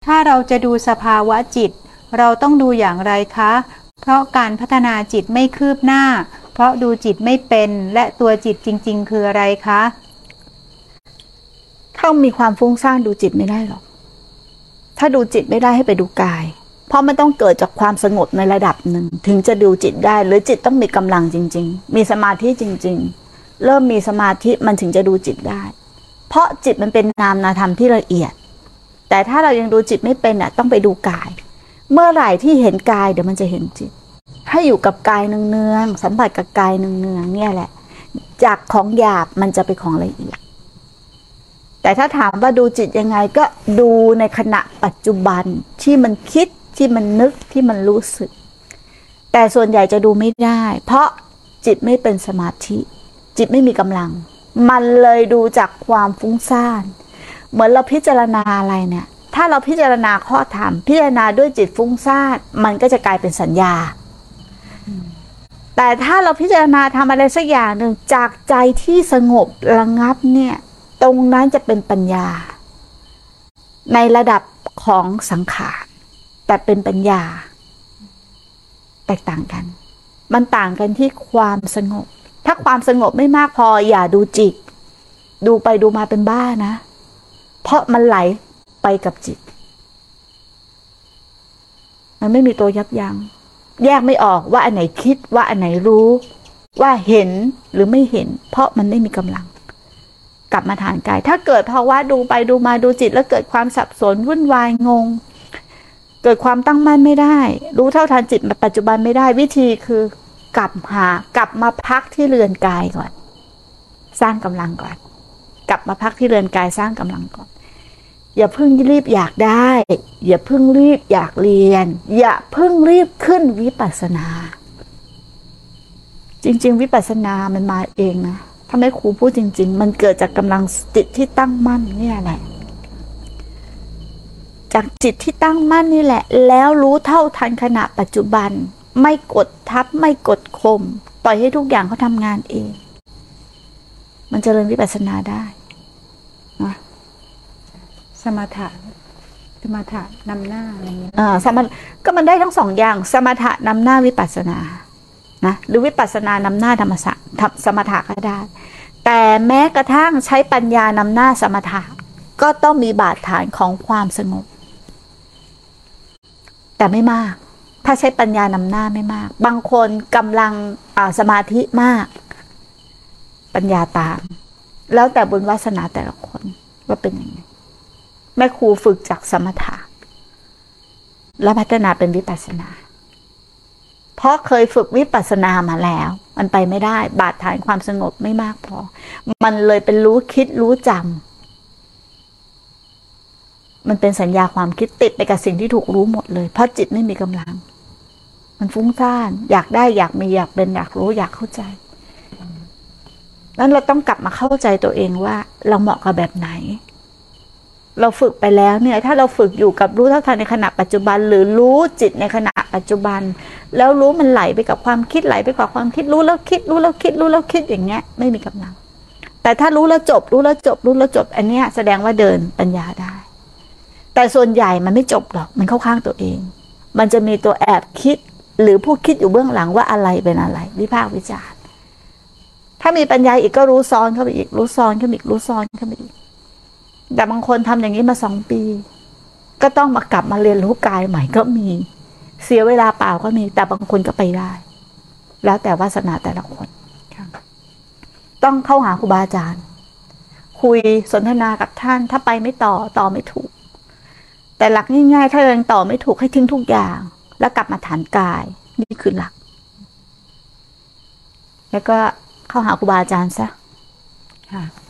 ถ้าเราจะดูสภาวะจิตเราต้องดูอย่างไรคะเพราะการพัฒนาจิตไม่คืบหน้าเพราะดูจิตไม่เป็นและตัวจิตจริงๆคืออะไรคะถ้ามีความฟุ้งซ่านดูจิตไม่ได้หรอกถ้าดูจิตไม่ได้ให้ไปดูกายเพราะมันต้องเกิดจากความสงบในระดับหนึ่งถึงจะดูจิตได้หรือจิตต้องมีกำลังจริงๆมีสมาธิจริงๆเริ่มมีสมาธิมันถึงจะดูจิตได้เพราะจิตมันเป็นนามธรรมที่ละเอียดแต่ถ้าเรายังดูจิตไม่เป็นอ่ะต้องไปดูกายเมื่อไหร่ที่เห็นกายเดี๋ยวมันจะเห็นจิตให้อยู่กับกายเนืองๆสัมผัสกับกายเนืองๆเนี่ยแหละจากของหยาบมันจะไปของละเอียดแต่ถ้าถามว่าดูจิตยังไงก็ดูในขณะปัจจุบันที่มันคิดที่มันนึกที่มันรู้สึกแต่ส่วนใหญ่จะดูไม่ได้เพราะจิตไม่เป็นสมาธิจิตไม่มีกำลังมันเลยดูจากความฟุ้งซ่านเหมือนเราพิจารณาอะไรเนี่ยถ้าเราพิจารณาข้อธรรมพิจารณาด้วยจิตฟุ้งซ่านมันก็จะกลายเป็นสัญญาแต่ถ้าเราพิจารณาทำอะไรสักอย่างหนึ่งจากใจที่สงบระงับเนี่ยตรงนั้นจะเป็นปัญญาในระดับของสังขารแต่เป็นปัญญาแตกต่างกันมันต่างกันที่ความสงบถ้าความสงบไม่มากพออย่าดูจิตดูไปดูมาเป็นบ้านะเพราะมันไหลไปกับจิตมันไม่มีตัวยับยั้งแยกไม่ออกว่าอันไหนคิดว่าอันไหนรู้ว่าเห็นหรือไม่เห็นเพราะมันไม่มีกำลังกลับมาฐานกายถ้าเกิดภาวะดูไปดูมาดูจิตแล้วเกิดความสับสนวุ่นวายงงเกิดความตั้งมั่นไม่ได้รู้เท่าทันจิตปัจจุบันไม่ได้วิธีคือกลับมาพักที่เรือนกายก่อนสร้างกำลังก่อนกลับมาพักที่เรือนกายสร้างกำลังก่อนอย่าเพิ่งรีบอยากได้อย่าเพิ่งรีบอยากเรียนอย่าเพิ่งรีบขึ้นวิปัสสนาจริงๆวิปัสสนามันมาเองนะถ้าแม่ครูพูดจริงๆมันเกิดจากกำลังจิตที่ตั้งมั่นนี่แหละจากจิตที่ตั้งมั่นนี่แหละแล้วรู้เท่าทันขณะปัจจุบันไม่กดทับไม่กดข่มปล่อยให้ทุกอย่างเขาทำงานเองมันเจริญวิปัสสนาได้นะสมถะนำหน้าอะไรอย่างเงี้ยก็มันได้ทั้งสองอย่างสมถะนำหน้าวิปัสสนานะหรือวิปัสสนานำหน้าธรรมะสมถะก็ได้แต่แม้กระทั่งใช้ปัญญานำหน้าสมถะก็ต้องมีบาดฐานของความสงบแต่ไม่มากถ้าใช้ปัญญานำหน้าไม่มากบางคนกำลังสมาธิมากปัญญาตามแล้วแต่บุญวาสนาแต่ละคนว่าเป็นยังไงแม่ครูฝึกจากสมถะแล้วพัฒนาเป็นวิปัสสนาเพราะเคยฝึกวิปัสสนามาแล้วมันไปไม่ได้บาดฐานความสงบไม่มากพอมันเลยเป็นรู้คิดรู้จำมันเป็นสัญญาความคิดติดไปกับสิ่งที่ถูกรู้หมดเลยเพราะจิตไม่มีกำลังมันฟุ้งซ่านอยากได้อยากมีอยากเป็นอยากรู้อยากเข้าใจนั้นเราต้องกลับมาเข้าใจตัวเองว่าเราเหมาะกับแบบไหนเราฝึกไปแล้วเนี่ยถ้าเราฝึกอยู่กับรู้เท่าทันในขณะปัจจุบันหรือรู้จิตในขณะปัจจุบันแล้วรู้มันไหลไปกับความคิดไหลไปกับความคิดรู้แล้วคิดรู้แล้วคิดรู้แล้วคิดอย่างเงี้ยไม่มีกำลังแต่ถ้ารู้แล้วจบรู้แล้วจบรู้แล้วจบอันเนี้ยแสดงว่าเดินปัญญาได้แต่ส่วนใหญ่มันไม่จบหรอกมันเข้าข้างตัวเองมันจะมีตัวแอบคิดหรือผู้คิดอยู่เบื้องหลังว่าอะไรเป็นอะไรวิพากษ์วิจารณ์ถ้ามีปัญญาอีกก็รู้ซ้อนเข้าไปอีกรู้ซ้อนเข้าไปอีกรู้ซ้อนเข้าไปอีกแต่บางคนทำอย่างนี้มา2 ปีก็ต้องมากลับมาเรียนรู้กายใหม่ก็มีเสียเวลาเปล่าก็มีแต่บางคนก็ไปได้แล้วแต่วาสนาแต่ละคนต้องเข้าหาครูบาอาจารย์คุยสนทนากับท่านถ้าไปไม่ต่อไม่ถูกแต่หลักง่ายๆถ้ายังต่อไม่ถูกให้ทิ้งทุกอย่างแล้วกลับมาฐานกายนี่คือหลักแล้วก็เข้าหาครูบาอาจารย์ซะค่ะ